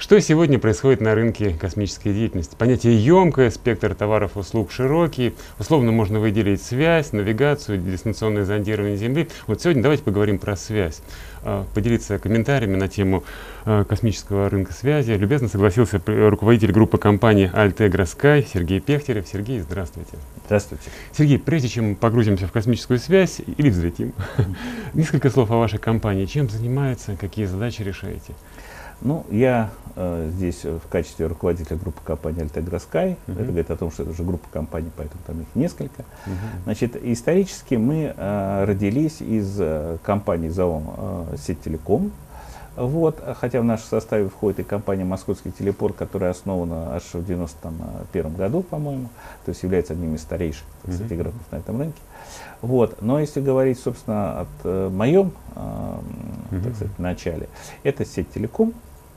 Что сегодня происходит на рынке космической деятельности? Понятие емкое, спектр товаров и услуг широкий. Условно можно выделить связь, навигацию, дистанционное зондирование Земли. Вот сегодня давайте поговорим про связь. Поделиться комментариями на тему космического рынка связи любезно согласился руководитель группы компании Altegra Sky Сергей Пехтерев. Сергей, здравствуйте. Здравствуйте. Сергей, прежде чем погрузимся в космическую связь или взлетим, несколько слов о вашей компании. Чем занимается, какие задачи решаете? Ну, я здесь в качестве руководителя группы компании Altegra Sky. Это говорит о том, что это уже группа компаний, поэтому там их несколько. Значит, исторически мы родились из компании ЗАО «Сеть-Телеком». Вот, хотя в наш составе входит и компания «Московский телепорт», которая основана аж в 91 году, по-моему, то есть является одним из старейших, кстати, игроков на этом рынке. Вот. Но если говорить, собственно, о моем, так сказать, начале, это «Сеть Телеком».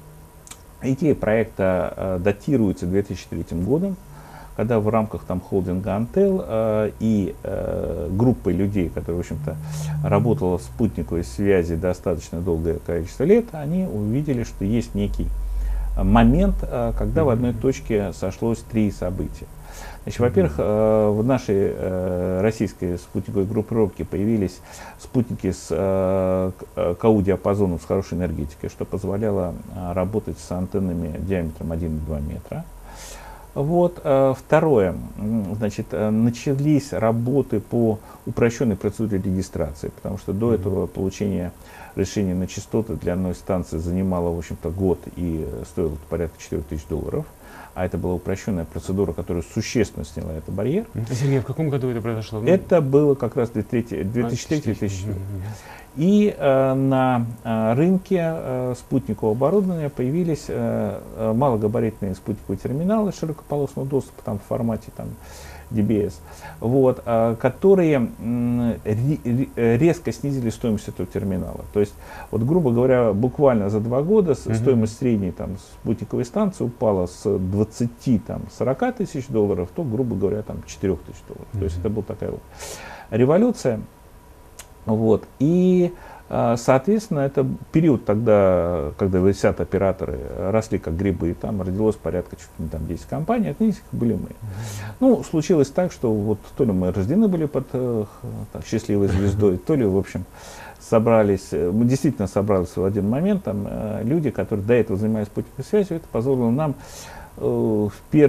Идея проекта датируется 2003 годом, когда в рамках там холдинга Antel и группы людей, которые, в общем-то, работала в спутниковой связи достаточно долгое количество лет, они увидели, что есть некий момент, когда в одной точке сошлось три события. Значит, во-первых, в нашей российской спутниковой группировке появились спутники с КУ-диапазоном, с хорошей энергетикой, что позволяло работать с антеннами диаметром 1,2 метра. Вот. Второе, значит, начались работы по упрощенной процедуре регистрации, потому что до этого получение разрешения на частоты для одной станции занимало, в общем-то, год и стоило порядка $4000. А это была упрощенная процедура, которая существенно сняла этот барьер. Сергей, в каком году это произошло? Это было как раз 2003-2004. И на рынке спутникового оборудования появились малогабаритные спутниковые терминалы широкополосного доступа там, в формате там, DBS, вот, которые резко снизили стоимость этого терминала. То есть, вот, грубо говоря, буквально за 2 года стоимость средней там, спутниковой станции упала с 20-40 тысяч долларов, то, грубо говоря, там, 4 тысяч долларов. То есть это была такая вот революция. Вот. И, соответственно, это период тогда, когда VSAT-операторы росли как грибы, там родилось порядка чуть ли не там 10 компаний, от них были мы. Ну, случилось так, что вот то ли мы рождены были под так, счастливой звездой, то ли, в общем, собрались, мы действительно собрались в один момент, там люди, которые до этого занимались спутниковой связью, это позволило нам в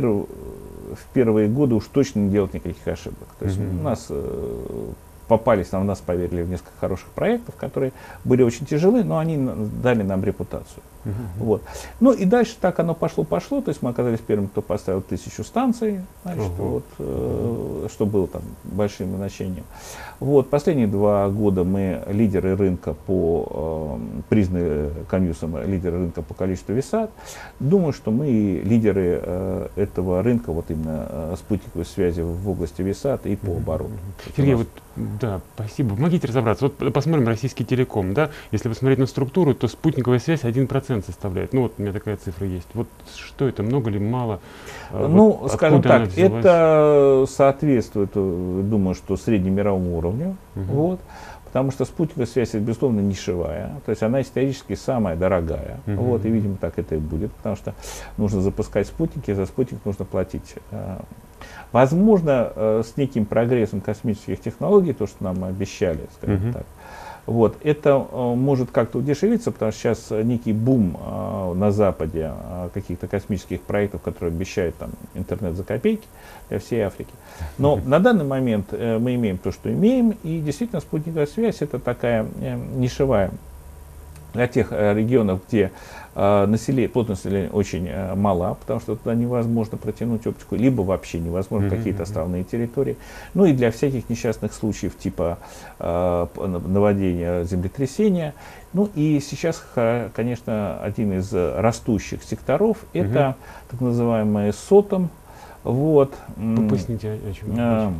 первые годы уж точно не делать никаких ошибок. То есть у нас попались, в нас поверили в несколько хороших проектов, которые были очень тяжелы, но они дали нам репутацию. Вот. Ну и дальше так оно пошло-пошло, то есть мы оказались первыми, кто поставил 1000 станций, значит, вот, что было там большим значением. Вот. Последние 2 года мы лидеры рынка по, признаны Комьюсом лидеры рынка по количеству VSAT. Думаю, что мы лидеры этого рынка, вот именно спутниковой связи в области VSAT и по оборудованию. Сергей, вот, да, спасибо. Помогите разобраться. Вот посмотрим российский телеком, да, если посмотреть на структуру, то спутниковая связь 1% составляет. Ну вот у меня такая цифра есть. Вот что это, много ли, мало? Ну, вот скажем так, это соответствует, думаю, что среднемировому уровню. Вот. Потому что спутниковая связь, безусловно, нишевая, то есть она исторически самая дорогая. Вот, и, видимо, так это и будет, потому что нужно запускать спутники, за спутник нужно платить. Возможно, с неким прогрессом космических технологий, то, что нам обещали, скажем так, вот, это может как-то удешевиться, потому что сейчас некий бум на Западе каких-то космических проектов, которые обещают там, интернет за копейки для всей Африки. Но на данный момент мы имеем то, что имеем, и действительно спутниковая связь это такая нишевая для тех регионов, где плотность населения очень мала, потому что туда невозможно протянуть оптику, либо вообще невозможно какие-то островные территории. Ну и для всяких несчастных случаев типа наводнения, землетрясения. Ну и сейчас, конечно, один из растущих секторов это так называемые СОТом. Вот. Поясните, о чем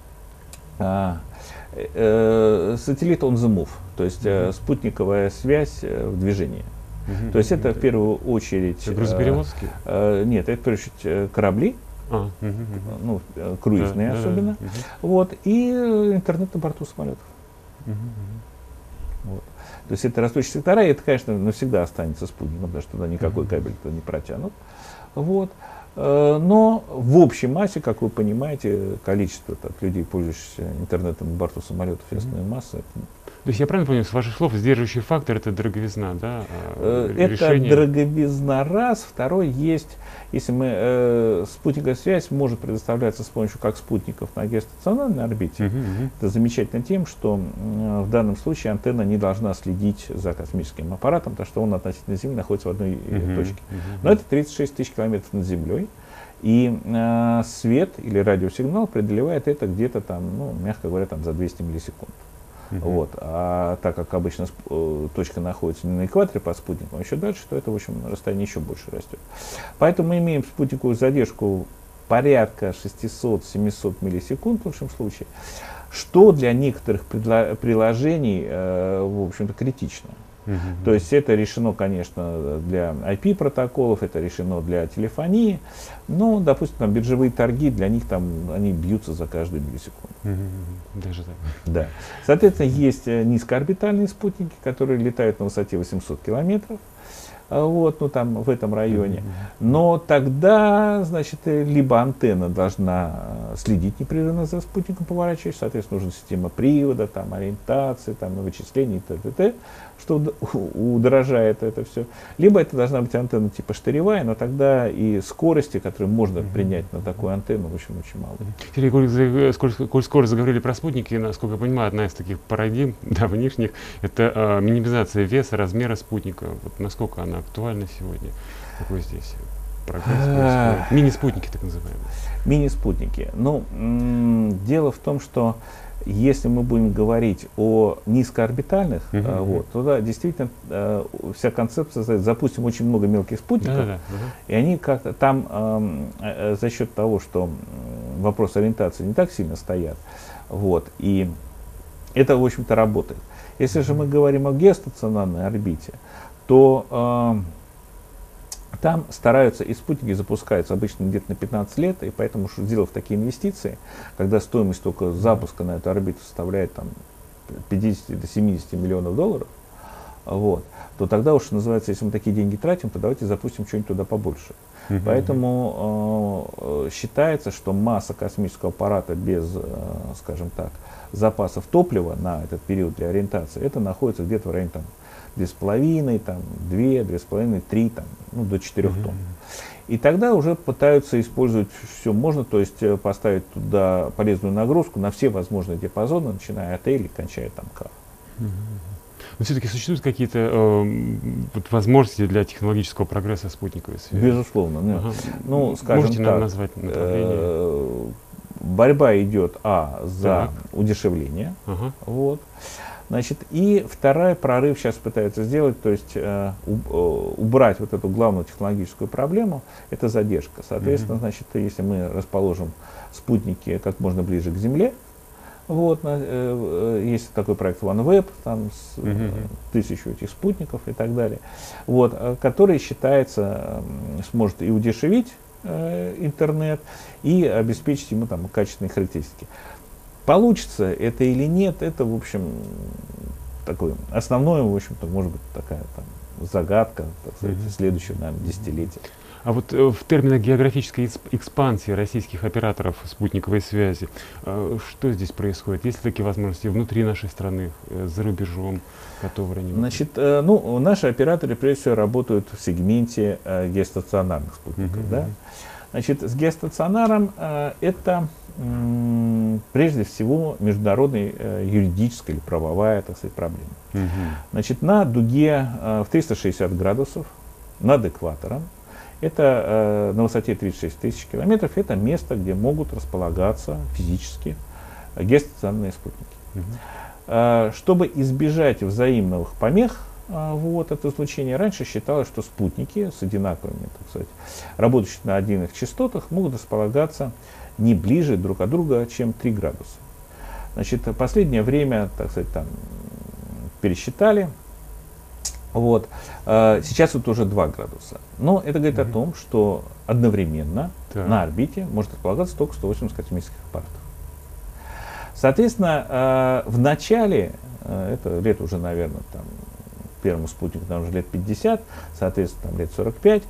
Сателлит on the move, то есть спутниковая связь в движении. То есть это в первую очередь... Грузоперевозки? Нет, это в первую очередь корабли, ну, круизные особенно, вот, и интернет на борту самолетов. Вот. То есть это растущие сектора, и это, конечно, навсегда останется спутником, потому что туда никакой кабель туда не протянут. Вот. Но в общей массе, как вы понимаете, количество людей, пользующихся интернетом на борту самолетов и основной массы. То есть я правильно понимаю, с ваших слов, сдерживающий фактор — это дороговизна, да? Это дороговизна раз. Второй есть, если мы спутниковая связь может предоставляться с помощью как спутников на геостационарной орбите. Это замечательно тем, что в данном случае антенна не должна следить за космическим аппаратом, потому что он относительно Земли находится в одной точке. Но это 36 тысяч километров над Землей. И свет или радиосигнал преодолевает это где-то там, ну, мягко говоря, там за 200 миллисекунд. Вот. А так как обычно точка находится не на экваторе под спутником, а еще дальше, то это, в общем, расстояние еще больше растет. Поэтому мы имеем спутниковую задержку порядка 600-700 миллисекунд в лучшем случае, что для некоторых приложений, в общем-то, критично. То есть это решено, конечно, для IP-протоколов, это решено для телефонии, но, допустим, там, биржевые торги, для них там, они бьются за каждую миллисекунду. Даже так. Да. Соответственно, есть низкоорбитальные спутники, которые летают на высоте 800 километров. Вот, ну там в этом районе. Но тогда, значит, либо антенна должна следить непрерывно за спутником, поворачиваясь, соответственно, нужна система привода, там, ориентации, там, вычислений, т.д., что удорожает это все. Либо это должна быть антенна типа штыревая, но тогда и скорости, которые можно принять на такую антенну, в общем, очень мало. Сергей, коль скоро заговорили про спутники, насколько я понимаю, одна из таких парадигм, да, внешних, это минимизация веса, размера спутника. Вот насколько она актуальна сегодня? Какой здесь прогресс происходит? Мини-спутники, так называемые. Мини-спутники. Ну, дело в том, что если мы будем говорить о низкоорбитальных, вот, то да, действительно вся концепция, запустим очень много мелких спутников, и они как-то там за счет того, что вопрос ориентации не так сильно стоят, вот, и это, в общем-то, работает. Если же мы говорим о геостационарной орбите, то там стараются, и спутники запускаются обычно где-то на 15 лет, и поэтому, сделав такие инвестиции, когда стоимость только запуска на эту орбиту составляет там, 50 до 70 миллионов долларов, вот, то тогда уж называется, если мы такие деньги тратим, то давайте запустим что-нибудь туда побольше. Поэтому считается, что масса космического аппарата без, скажем так, запасов топлива на этот период для ориентации, это находится где-то в районе там, 2,5, там, 2, 2,5, 3, там, ну, до 4 тонн. И тогда уже пытаются использовать все можно, то есть поставить туда полезную нагрузку на все возможные диапазоны, начиная от L и кончая там K. Но все-таки существуют какие-то вот возможности для технологического прогресса спутниковой связи? Безусловно. Ну, скажем Можете так, нам назвать направление? Борьба идет за удешевление. Вот. Значит, и второй прорыв сейчас пытаются сделать, то есть убрать вот эту главную технологическую проблему, это задержка. Соответственно, значит, если мы расположим спутники как можно ближе к Земле, вот, есть такой проект OneWeb, там с 1000 этих спутников и так далее, вот, который считается, сможет и удешевить интернет, и обеспечить ему там качественные характеристики. Получится это или нет, это, в общем, такое основное, в общем-то, может быть, такая там загадка, так сказать, следующего, наверное, десятилетия. А вот в терминах географической экспансии российских операторов спутниковой связи, что здесь происходит? Есть ли такие возможности внутри нашей страны, за рубежом, которые они... Значит, ну, наши операторы, прежде всего, работают в сегменте геостационарных спутников. Да? Значит, с геостационаром это прежде всего международная юридическая или правовая, так сказать, проблема. Значит, на дуге в 360 градусов над экватором, это на высоте 36 тысяч километров, это место, где могут располагаться физически геостационарные спутники. Чтобы избежать взаимных помех, вот, это излучение, раньше считалось, что спутники с одинаковыми, так сказать, работающие на одних частотах, могут располагаться не ближе друг от друга, чем 3 градуса. Значит, в последнее время, так сказать, там пересчитали, вот, сейчас вот уже 2 градуса. Но это говорит о том, что одновременно на орбите может располагаться только 180 космических аппаратов. Соответственно, в начале, это лет уже, наверное, там, первому спутнику там уже лет 50, соответственно, там лет 45,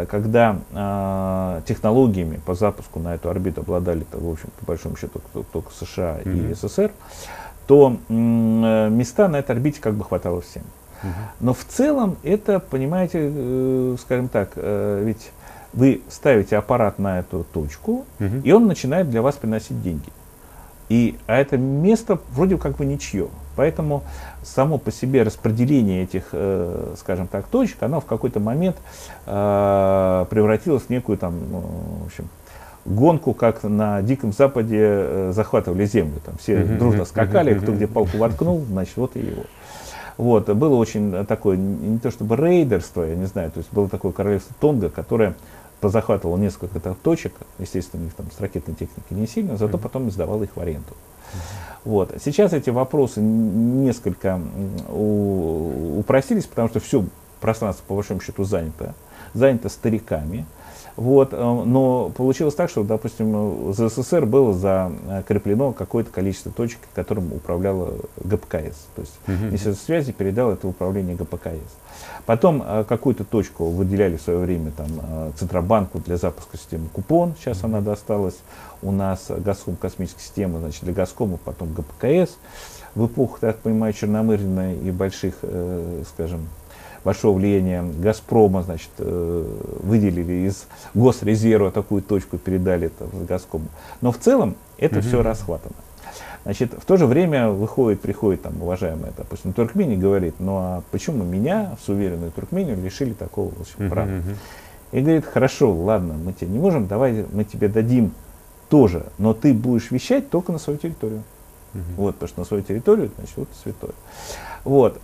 когда технологиями по запуску на эту орбиту обладали, в общем, по большому счету, только США и СССР, то места на этой орбите как бы хватало всем. Но в целом это, понимаете, скажем так, ведь вы ставите аппарат на эту точку, и он начинает для вас приносить деньги. А это место вроде как бы ничье. Поэтому само по себе распределение этих, скажем так, точек, оно в какой-то момент превратилось в некую там, в общем, гонку, как на Диком Западе захватывали землю. Там все дружно скакали, кто где палку воткнул, значит, вот и его. Вот, было очень такое, не то чтобы рейдерство, я не знаю, то есть было такое королевство Тонга, которое позахватывало несколько точек, естественно, у них там с ракетной техникой не сильно, зато потом сдавало их в аренду. Вот. Сейчас эти вопросы несколько упростились, потому что все пространство, по большому счету, занято стариками. Вот. Но получилось так, что, допустим, за СССР было закреплено какое-то количество точек, которым управляла ГПКС. То есть Министерство связи передало это управление ГПКС. Потом какую-то точку выделяли в свое время там, Центробанку для запуска системы Купон. Сейчас она досталась у нас Газком космической системы, значит, для Газкома, потом ГПКС. В эпоху, так понимаю, Черномырдина и скажем, большого влияния Газпрома, значит, выделили из Госрезерва такую точку, передали это в Газкому. Но в целом это все расхватано. Значит, в то же время приходит там, уважаемая, допустим, Туркмени, говорит, ну а почему меня, суверенную Туркмению, лишили такого, в общем, права? И говорит, хорошо, ладно, мы тебе не можем, давай мы тебе дадим тоже, но ты будешь вещать только на свою территорию. Вот, потому что на свою территорию, значит, вот святое. Вот.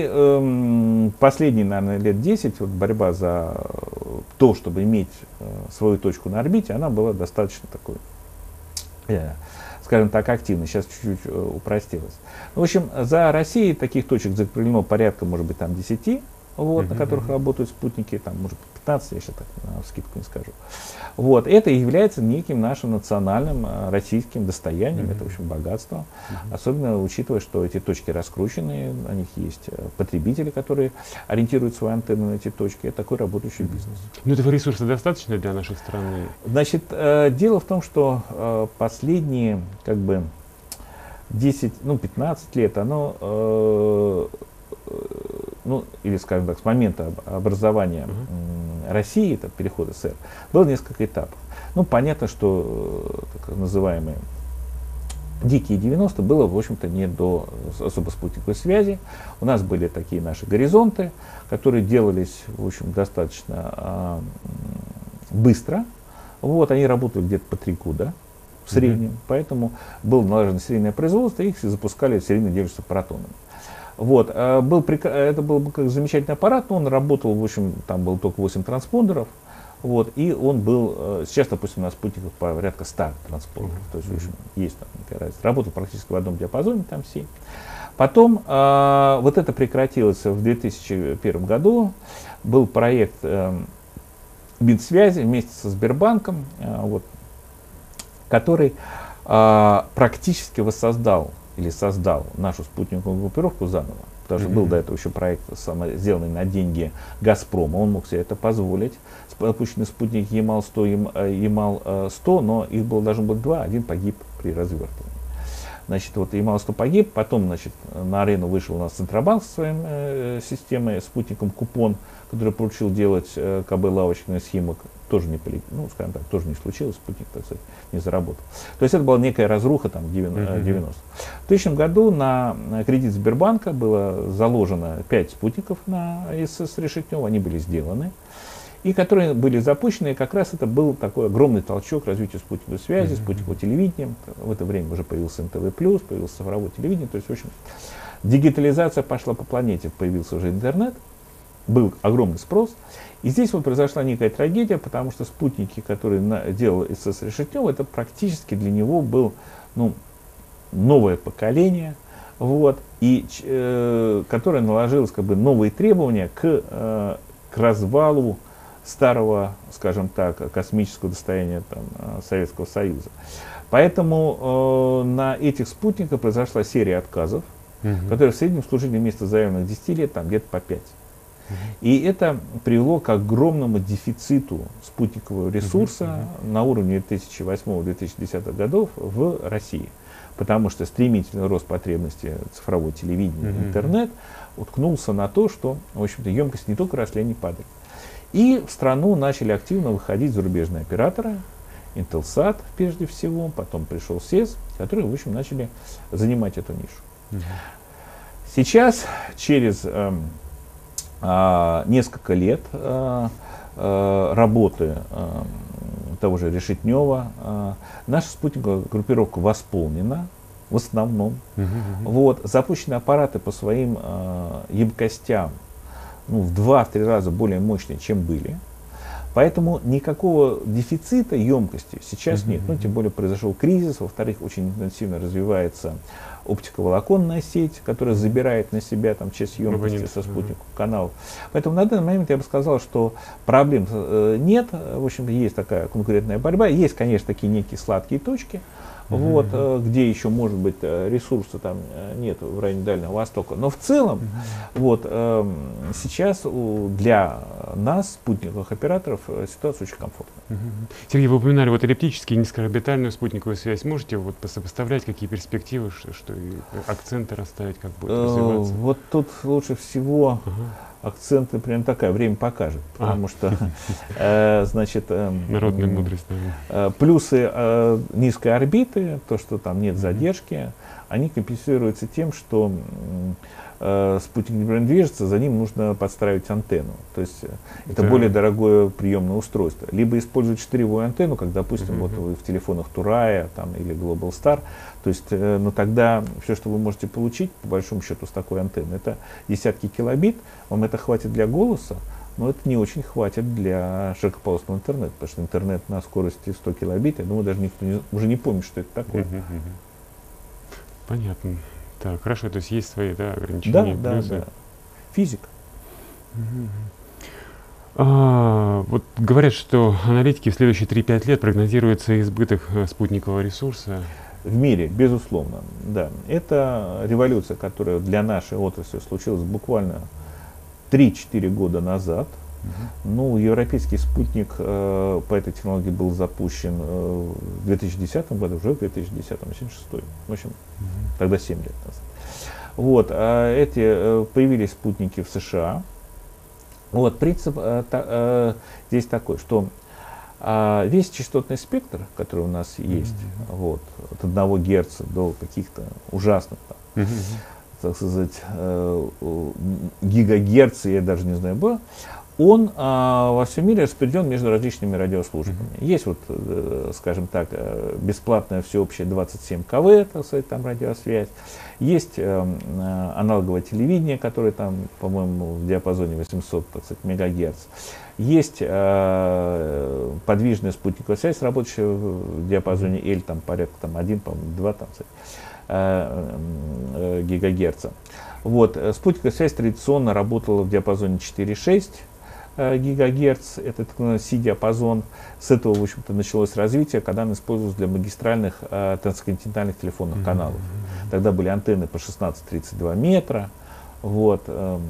И последние, наверное, лет 10 вот, борьба за то, чтобы иметь свою точку на орбите, она была достаточно такой, скажем так, активной. Сейчас чуть-чуть упростилась. В общем, за Россией таких точек закреплено порядка, может быть, там 10, вот, на которых работают спутники, там, может быть, 15, я сейчас так навскидку не скажу. Вот, это является неким нашим национальным российским достоянием, это, в общем, богатство, особенно учитывая, что эти точки раскручены, у них есть потребители, которые ориентируют свои антенны на эти точки, это такой работающий бизнес. Но этого ресурса достаточно для нашей страны? Значит, дело в том, что последние, как бы, 15 лет, оно, или, скажем так, с момента образования России, это переход СССР, было несколько этапов. Ну, понятно, что так называемые дикие 90-е было, в общем-то, не до особо спутниковой связи. У нас были такие наши горизонты, которые делались, в общем, достаточно быстро. Вот, они работали где-то по 3 года в среднем, поэтому было налажено серийное производство, их запускали серийно делишься протонами. Вот, это был как замечательный аппарат, но он работал, в общем, там было только 8 транспондеров, вот, и он был, сейчас, допустим, на спутниках порядка 100 транспондеров, то есть, в общем, есть там некая разница. Работал практически в одном диапазоне, там 7. Потом вот это прекратилось в 2001 году, был проект Минсвязи вместе со Сбербанком, вот, который практически воссоздал или создал нашу спутниковую группировку заново. Потому что был до этого еще проект, сделанный на деньги Газпрома, он мог себе это позволить. Запущенный спутник Ямал-100, Ямал-100, но их было, должно быть 2, один погиб при развертывании. Значит, вот Ямал-100 погиб, потом, значит, на арену вышел у нас Центробанк со своей системой, спутником Купон, который поручил делать КБ лавочных схемок, тоже не полетел, ну, скажем так, тоже не случилось, спутник, так сказать, не заработал. То есть это была некая разруха там 90. В 2000 году на кредит Сбербанка было заложено 5 спутников на ИСС Решетнева, они были сделаны, и которые были запущены, и как раз это был такой огромный толчок развитию спутниковой связи, спутникового телевидения. В это время уже появился НТВ+, появился цифровое телевидение, то есть, в общем, дигитализация пошла по планете, появился уже интернет, был огромный спрос. И здесь вот произошла некая трагедия, потому что спутники, которые делал ИСС Решетнева, это практически для него был, новое поколение, вот, и которое наложилось как бы новые требования к развалу старого, скажем так, космического достояния там, Советского Союза. Поэтому на этих спутниках произошла серия отказов. которые в среднем служили вместо заявленных 10 лет там где-то по 5. И это привело к огромному дефициту спутникового ресурса на уровне 2008-2010 годов в России. Потому что стремительный рост потребностей цифрового телевидения, интернет уткнулся на то, что, в общем-то, емкость не только росла, не падали. И в страну начали активно выходить зарубежные операторы, Intelsat прежде всего, потом пришел СЕС, которые, в общем, начали занимать эту нишу. Сейчас, через несколько лет работы того же Решетнева, наша спутниковая группировка восполнена в основном. Вот, запущены аппараты по своим емкостям в 2-3 раза более мощные, чем были. Поэтому никакого дефицита емкости сейчас нет. Ну, тем более произошел кризис. Во-вторых, очень интенсивно развивается оптиковолоконная сеть, которая забирает на себя там, часть емкости со спутниковых каналов. Поэтому на данный момент я бы сказал, что проблем нет. В общем-то, есть такая конкурентная борьба. Есть, конечно, такие некие сладкие точки, вот, где еще, может быть, ресурса там нет в районе Дальнего Востока. Но в целом, вот, сейчас для нас, спутниковых операторов, ситуация очень комфортная. Сергей, вы упоминали вот эллиптические, низкоорбитальную спутниковую связь. Можете вот сопоставлять, какие перспективы, что акценты расставить, как будет развиваться? Вот тут лучше всего акценты прям такая, время покажет, потому что, значит, народная мудрость, плюсы низкой орбиты, то, что там нет задержки, они компенсируются тем, что спутник не движется, за ним нужно подстраивать антенну. То есть это более дорогое приемное устройство. Либо использовать штыревую антенну, как, допустим, вот вы в телефонах Турая там, или Global Star. То есть, но тогда все, что вы можете получить, по большому счету, с такой антенной, это десятки килобит. Вам это хватит для голоса, но это не очень хватит для широкополосного интернета, потому что интернет на скорости 100 килобит, я думаю, даже никто уже не помнит, что это такое. Понятно. Так, хорошо, то есть есть свои ограничения, плюсы. Да. Физика. Вот говорят, что аналитики в следующие 3-5 лет прогнозируется избыток спутникового ресурса. В мире, безусловно, да. Это революция, которая для нашей отрасли случилась буквально 3-4 года назад. Ну, европейский спутник по этой технологии был запущен в 2010 году, уже в 2010-2006. В общем, тогда 7 лет назад. Вот, появились спутники в США. Вот, принцип здесь такой, что весь частотный спектр, который у нас есть, вот, от 1 Гц до каких-то ужасных, так сказать, гигагерц, я даже не знаю, он во всем мире распределен между различными радиослужбами. Есть вот, скажем так, бесплатная всеобщая 27 КВ, так сказать, там радиосвязь. Есть аналоговое телевидение, которое там, по-моему, в диапазоне 800, так сказать, МГц. Есть подвижная спутниковая связь, работающая в диапазоне L, там порядка там, 1, по-моему, 2 там, гигагерца. Вот, спутниковая связь традиционно работала в диапазоне 4,6 гигагерц, это C-диапазон. С этого, в общем-то, началось развитие, когда он использовался для магистральных трансконтинентальных телефонных каналов. Тогда были антенны по 16-32 метра. Вот.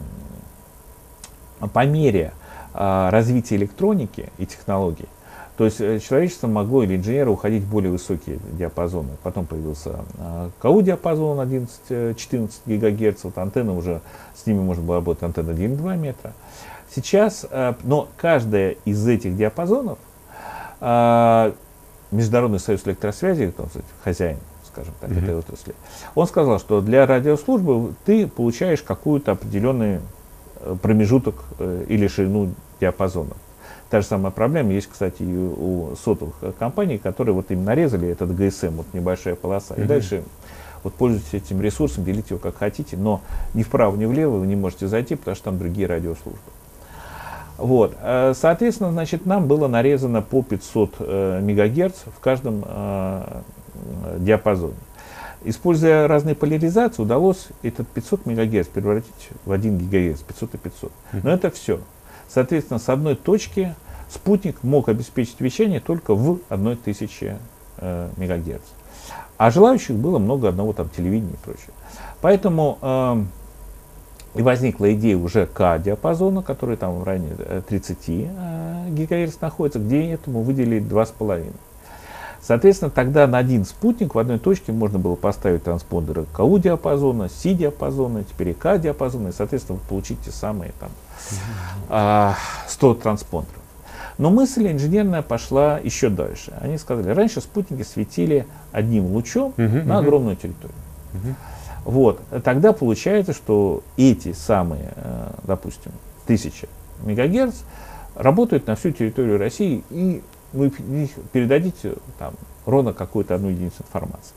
По мере развития электроники и технологий, то есть человечество могло или инженеры уходить в более высокие диапазоны. Потом появился КУ-диапазон 11-14 ГГц, вот антенны уже, с ними можно было работать антенна 1,2 метра. Сейчас, но каждая из этих диапазонов, Международный союз электросвязи, хозяин, скажем так, этой отрасли, он сказал, что для радиослужбы ты получаешь какую-то определенный промежуток или ширину диапазона. Та же самая проблема есть, кстати, и у сотовых компаний, которые вот им нарезали этот GSM, вот небольшая полоса, и дальше вот пользуйтесь этим ресурсом, делите его как хотите, но ни вправо, ни влево вы не можете зайти, потому что там другие радиослужбы. Вот. Соответственно, значит, нам было нарезано по 500 МГц в каждом диапазоне. Используя разные поляризации, удалось этот 500 МГц превратить в 1 ГГц, 500 и 500. Но это все. Соответственно, с одной точки спутник мог обеспечить вещание только в 1000 МГц. А желающих было много одного там телевидения и прочее. Поэтому и возникла идея уже К-диапазона, который там в районе 30 ГГц находится, где этому выделили 2,5. Соответственно, тогда на один спутник в одной точке можно было поставить транспондеры КУ-диапазона, Си-диапазона, теперь и К-диапазона, и, соответственно, вы получите те самые там 100 транспондеров. Но мысль инженерная пошла еще дальше. Они сказали, раньше спутники светили одним лучом на огромную территорию. Вот. Тогда получается, что эти самые, допустим, 1000 МГц работают на всю территорию России, и вы их передадите там, ровно какую-то одну единицу информации.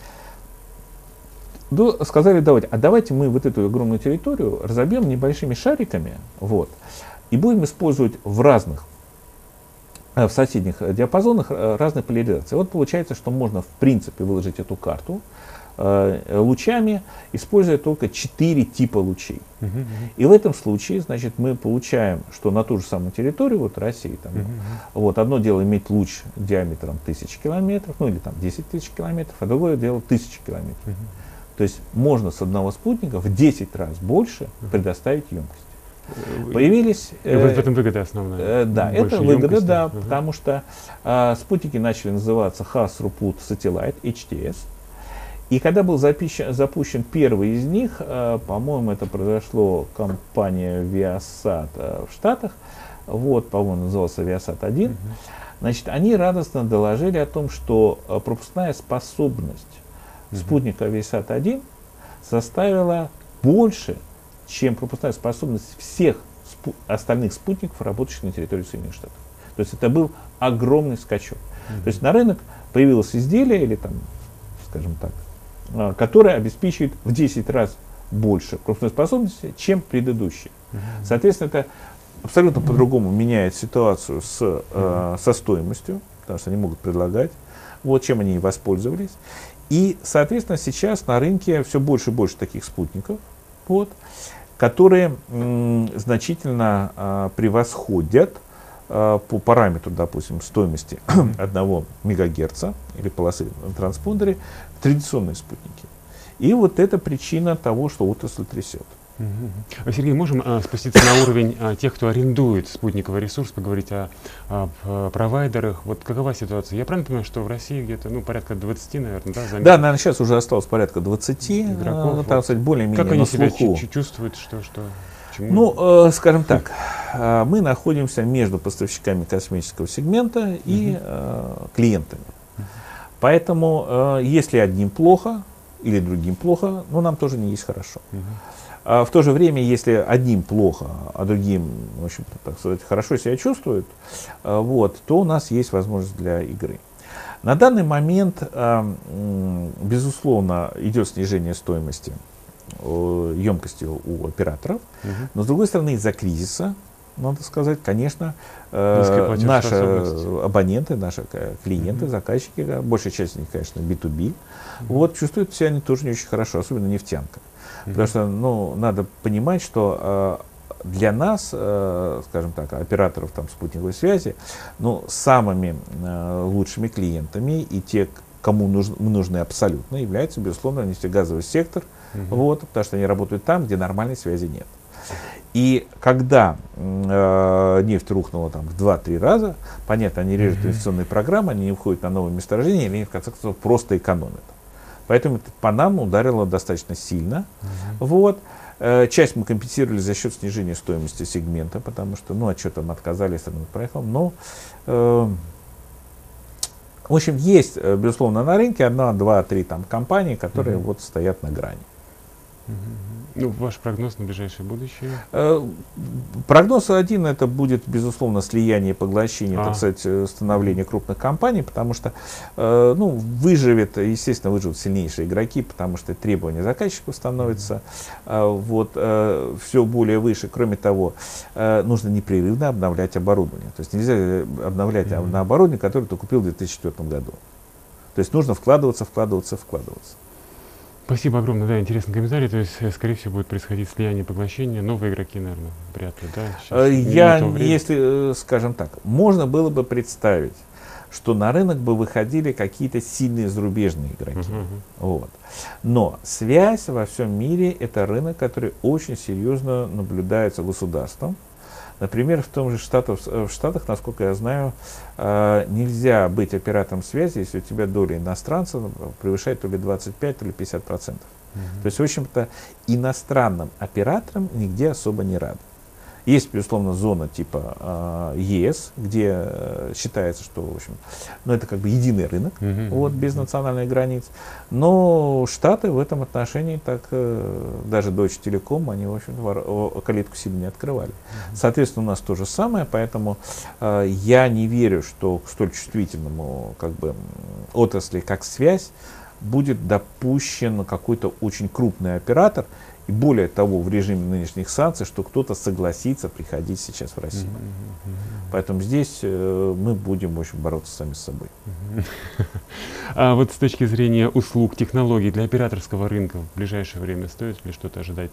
Сказали, давайте мы вот эту огромную территорию разобьем небольшими шариками, вот, и будем использовать в соседних диапазонах разные поляризации. Вот получается, что можно в принципе выложить эту карту лучами, используя только 4 типа лучей. И в этом случае, значит, мы получаем, что на ту же самую территорию, вот России, там, вот, одно дело иметь луч диаметром 1000 километров, ну или там 10 тысяч километров, а другое дело 1000 километров. То есть можно с одного спутника в 10 раз больше предоставить емкость. Появились... И вот в этом выгода основная. Да, это выгода, да, потому что спутники начали называться High Throughput Satellite, HTS. И когда был запущен первый из них, по-моему, это произошло компания Viasat в Штатах, вот, по-моему, назывался Viasat 1, значит, они радостно доложили о том, что пропускная способность спутника Viasat 1 составила больше, чем пропускная способность всех остальных спутников, работающих на территории Соединенных Штатов. То есть это был огромный скачок. То есть на рынок появилось изделие, или там, скажем так, которая обеспечивает в 10 раз больше пропускной способности, чем предыдущие. Соответственно, это абсолютно по-другому меняет ситуацию со стоимостью, потому что они могут предлагать, вот чем они и воспользовались. И, соответственно, сейчас на рынке все больше и больше таких спутников, вот, которые значительно превосходят по параметру, допустим, стоимости 1 МГц или полосы на транспондере традиционные спутники. И вот это причина того, что отрасль трясет. Сергей, можем спуститься на уровень тех, кто арендует спутниковый ресурс, поговорить о провайдерах. Вот какова ситуация? Я правильно понимаю, что в России где-то порядка 20, наверное, да? Да, наверное, сейчас уже осталось порядка 20 игроков. Там, кстати, более-менее как они на себя слуху. чувствуют, что? Ну, скажем так, мы находимся между поставщиками космического сегмента и клиентами. Поэтому, если одним плохо или другим плохо, ну, нам тоже не есть хорошо. В то же время, если одним плохо, а другим, в общем-то, так сказать, хорошо себя чувствуют, вот, то у нас есть возможность для игры. На данный момент, безусловно, идет снижение стоимости емкости у операторов, но с другой стороны, из-за кризиса, надо сказать, конечно, наши абоненты, наши клиенты, заказчики, большая часть из них, конечно, B2B, вот, чувствуют себя они тоже не очень хорошо, особенно нефтянка. Потому что, ну, надо понимать, что для нас, скажем так, операторов там, спутниковой связи, ну, самыми лучшими клиентами и те, кому мы нужны абсолютно, являются, безусловно, нефтегазовый сектор, вот, потому что они работают там, где нормальной связи нет. И когда нефть рухнула там, в 2-3 раза, понятно, они режут инвестиционные программы, они не входят на новые месторождения, или они, в конце концов, просто экономят. Поэтому это по нам ударило достаточно сильно. Вот. Часть мы компенсировали за счет снижения стоимости сегмента, потому что, ну, а что там, отказались от проектов. Но, в общем, есть, безусловно, на рынке 1, 2, 3 там, компании, которые вот стоят на грани. Ну, ваш прогноз на ближайшее будущее? Прогноз один — это будет, безусловно, слияние и поглощение, так сказать, становление крупных компаний, потому что, ну, естественно, выживут сильнейшие игроки, потому что требования заказчиков становятся вот, все более выше. Кроме того, нужно непрерывно обновлять оборудование. То есть нельзя обновлять на оборудование, которое ты купил в 2004 году. То есть нужно вкладываться. Спасибо огромное, да, интересный комментарий. То есть, скорее всего, будет происходить слияние, поглощение. Новые игроки, наверное, вряд ли, да? Если, скажем так, можно было бы представить что на рынок бы выходили какие-то сильные зарубежные игроки. Вот. Но связь во всем мире — это рынок, который очень серьезно наблюдается государством. Например, в том же в Штатах, насколько я знаю, нельзя быть оператором связи, если у тебя доля иностранцев превышает то ли 25, то ли 50%. То есть, в общем-то, иностранным операторам нигде особо не рады. Есть, безусловно, зона типа ЕС, где считается, что, в общем, ну, это как бы единый рынок, вот, без национальных границ. Но Штаты в этом отношении, так, даже Deutsche Telekom, они, в общем, калитку сильно не открывали. Соответственно, у нас то же самое, поэтому я не верю, что к столь чувствительному, как бы, отрасли, как связь, будет допущен какой-то очень крупный оператор, и более того, в режиме нынешних санкций, что кто-то согласится приходить сейчас в Россию. Поэтому здесь мы будем, в общем, бороться сами с собой. А вот с точки зрения услуг, технологий для операторского рынка в ближайшее время стоит ли что-то ожидать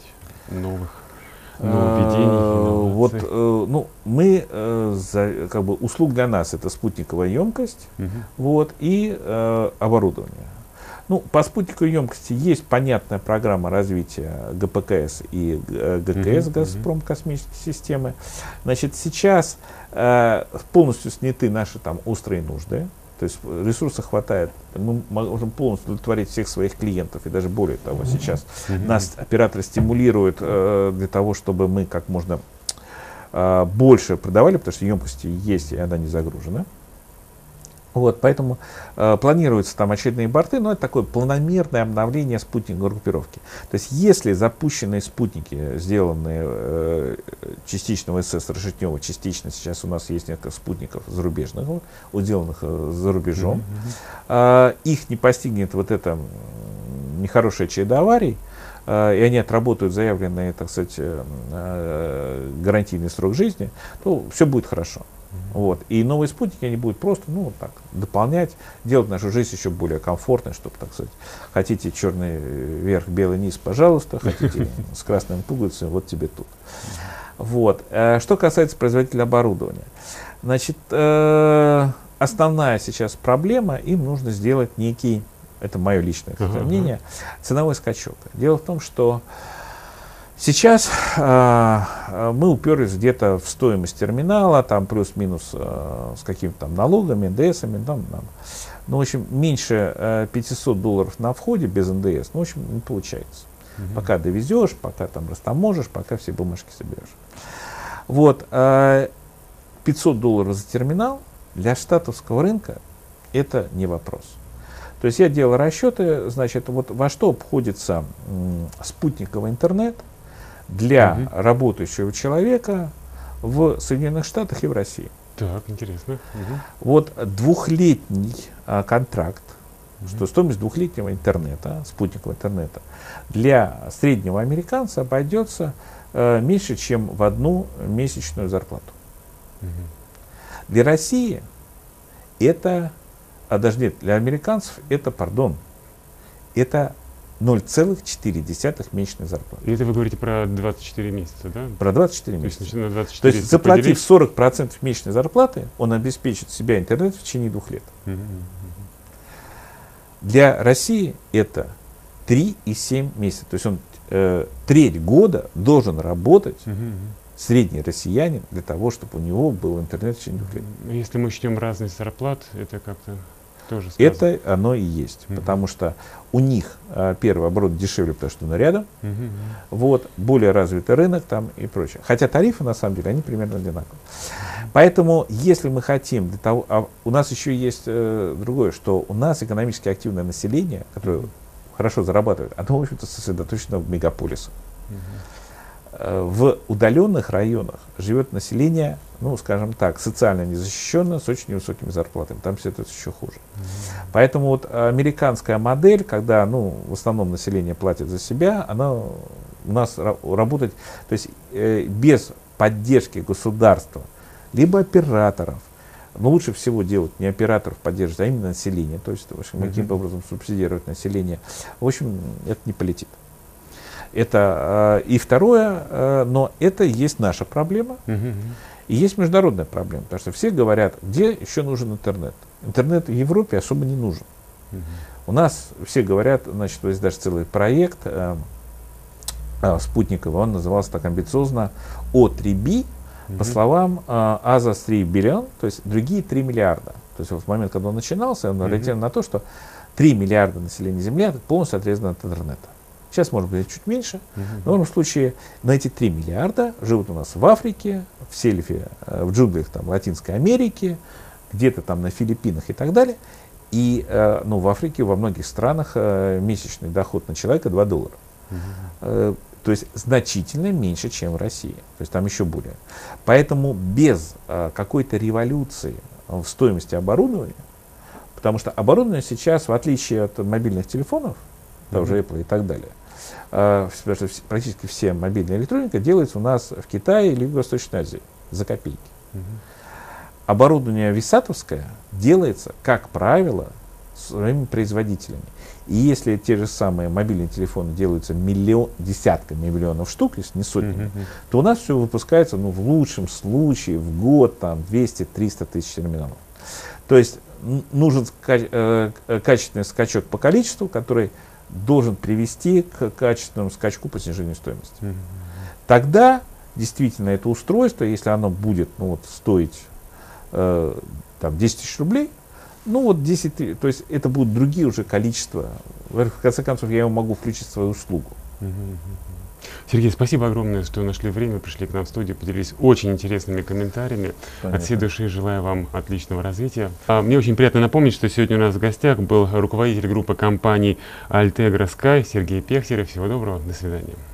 нововведений? Вот, ну, мы, как бы, услуг для нас — это спутниковая емкость, вот, и оборудование. Ну, по спутниковой емкости есть понятная программа развития ГПКС и ГКС, Газпром космические системы. Значит, сейчас полностью сняты наши там острые нужды, то есть ресурса хватает, мы можем полностью удовлетворить всех своих клиентов, и даже более того, сейчас нас операторы стимулируют для того, чтобы мы как можно больше продавали, потому что емкости есть, и она не загружена. Вот, поэтому планируются там очередные борты, но это такое планомерное обновление спутниковой группировки. То есть, если запущенные спутники, сделанные частично в СС Решетнева, частично сейчас у нас есть несколько спутников зарубежных, сделанных за рубежом, их не постигнет вот эта нехорошая череда аварий, и они отработают заявленный, так сказать, гарантийный срок жизни, то все будет хорошо. Вот. И новые спутники, они будут просто, ну, вот так, дополнять, делать нашу жизнь еще более комфортной, чтобы, так сказать, хотите черный верх, белый низ, пожалуйста, хотите с красным пуговицами, вот тебе тут. Вот. Что касается производителя оборудования. Значит, основная сейчас проблема, им нужно сделать некий, это мое личное мнение, ценовой скачок. Дело в том, что сейчас мы уперлись где-то в стоимость терминала, там плюс-минус с какими-то там налогами, НДСами, ну, в общем, меньше $500 на входе без НДС, ну, в общем, не получается. Пока довезешь, пока там растаможишь, пока все бумажки соберешь. Вот, $500 за терминал для штатовского рынка это не вопрос. То есть я делал расчеты, значит, вот во что обходится спутниковый интернет для работающего человека в Соединенных Штатах и в России. Так, интересно. Вот двухлетний контракт, что стоимость двухлетнего интернета, спутникового интернета, для среднего американца обойдется меньше, чем в одну месячную зарплату. Для России это, даже нет, для американцев это, это 0,4 месячной зарплаты. И это вы говорите про 24 месяца, да? Про 24 месяца. То есть, на 24 То есть заплатив 40% месячной зарплаты, он обеспечит себя интернет в течение 2 лет. Для России это 3,7 месяца. То есть он треть года должен работать, средний россиянин, для того, чтобы у него был интернет в течение 2 лет. Если мы учтем разность зарплат, это как-то тоже сказано. Это оно и есть, потому что у них первый оборот дешевле, потому что он рядом, вот, более развитый рынок там и прочее. Хотя тарифы, на самом деле, они примерно одинаковые. Поэтому, если мы хотим, для того, у нас еще есть другое, что у нас экономически активное население, которое хорошо зарабатывает, оно, в общем-то, сосредоточено в мегаполисах. В удаленных районах живет население, ну, скажем так, социально незащищенное, с очень невысокими зарплатами. Там все это еще хуже. Поэтому вот американская модель, когда, ну, в основном население платит за себя, она у нас работает, то есть без поддержки государства, либо операторов. Но лучше всего делать не операторов поддерживать, а именно население. То есть, в общем, каким-то образом субсидировать население. В общем, это не полетит. Это и второе, но это есть наша проблема. И есть международная проблема, потому что все говорят, где еще нужен интернет. Интернет в Европе особо не нужен. У нас все говорят, значит, есть даже целый проект спутниковый, он назывался так амбициозно O3B, по словам Others 3 billion, то есть другие 3 миллиарда. То есть вот в момент, когда он начинался, он ориентирован на то, что 3 миллиарда населения Земли полностью отрезано от интернета. Сейчас, может быть, чуть меньше, но в любом случае на эти 3 миллиарда живут у нас в Африке, в сельфе, в джунглях там, Латинской Америки, где-то там на Филиппинах и так далее. И ну, в Африке, во многих странах месячный доход на человека $2. То есть значительно меньше, чем в России. То есть там еще более. Поэтому без какой-то революции в стоимости оборудования, потому что оборудование сейчас, в отличие от мобильных телефонов, того же Apple и так далее, практически все мобильная электроника делается у нас в Китае или в Восточной Азии за копейки. Оборудование висатовское делается, как правило, своими производителями. И если те же самые мобильные телефоны делаются десятками миллионов штук, если не сотнями, то у нас все выпускается, ну, в лучшем случае в год там 200-300 тысяч терминалов. То есть нужен качественный скачок по количеству, который должен привести к качественному скачку по снижению стоимости. Тогда действительно это устройство, если оно будет, ну, вот, стоить там 10 тысяч рублей, ну вот 10, то есть это будут другие уже количества. В конце концов, я его могу включить в свою услугу. Сергей, спасибо огромное, что нашли время, пришли к нам в студию, поделились очень интересными комментариями. Понятно. От всей души желаю вам отличного развития. Мне очень приятно напомнить, что сегодня у нас в гостях был руководитель группы компаний Altegra Sky Сергей Пехтерев. Всего доброго, до свидания.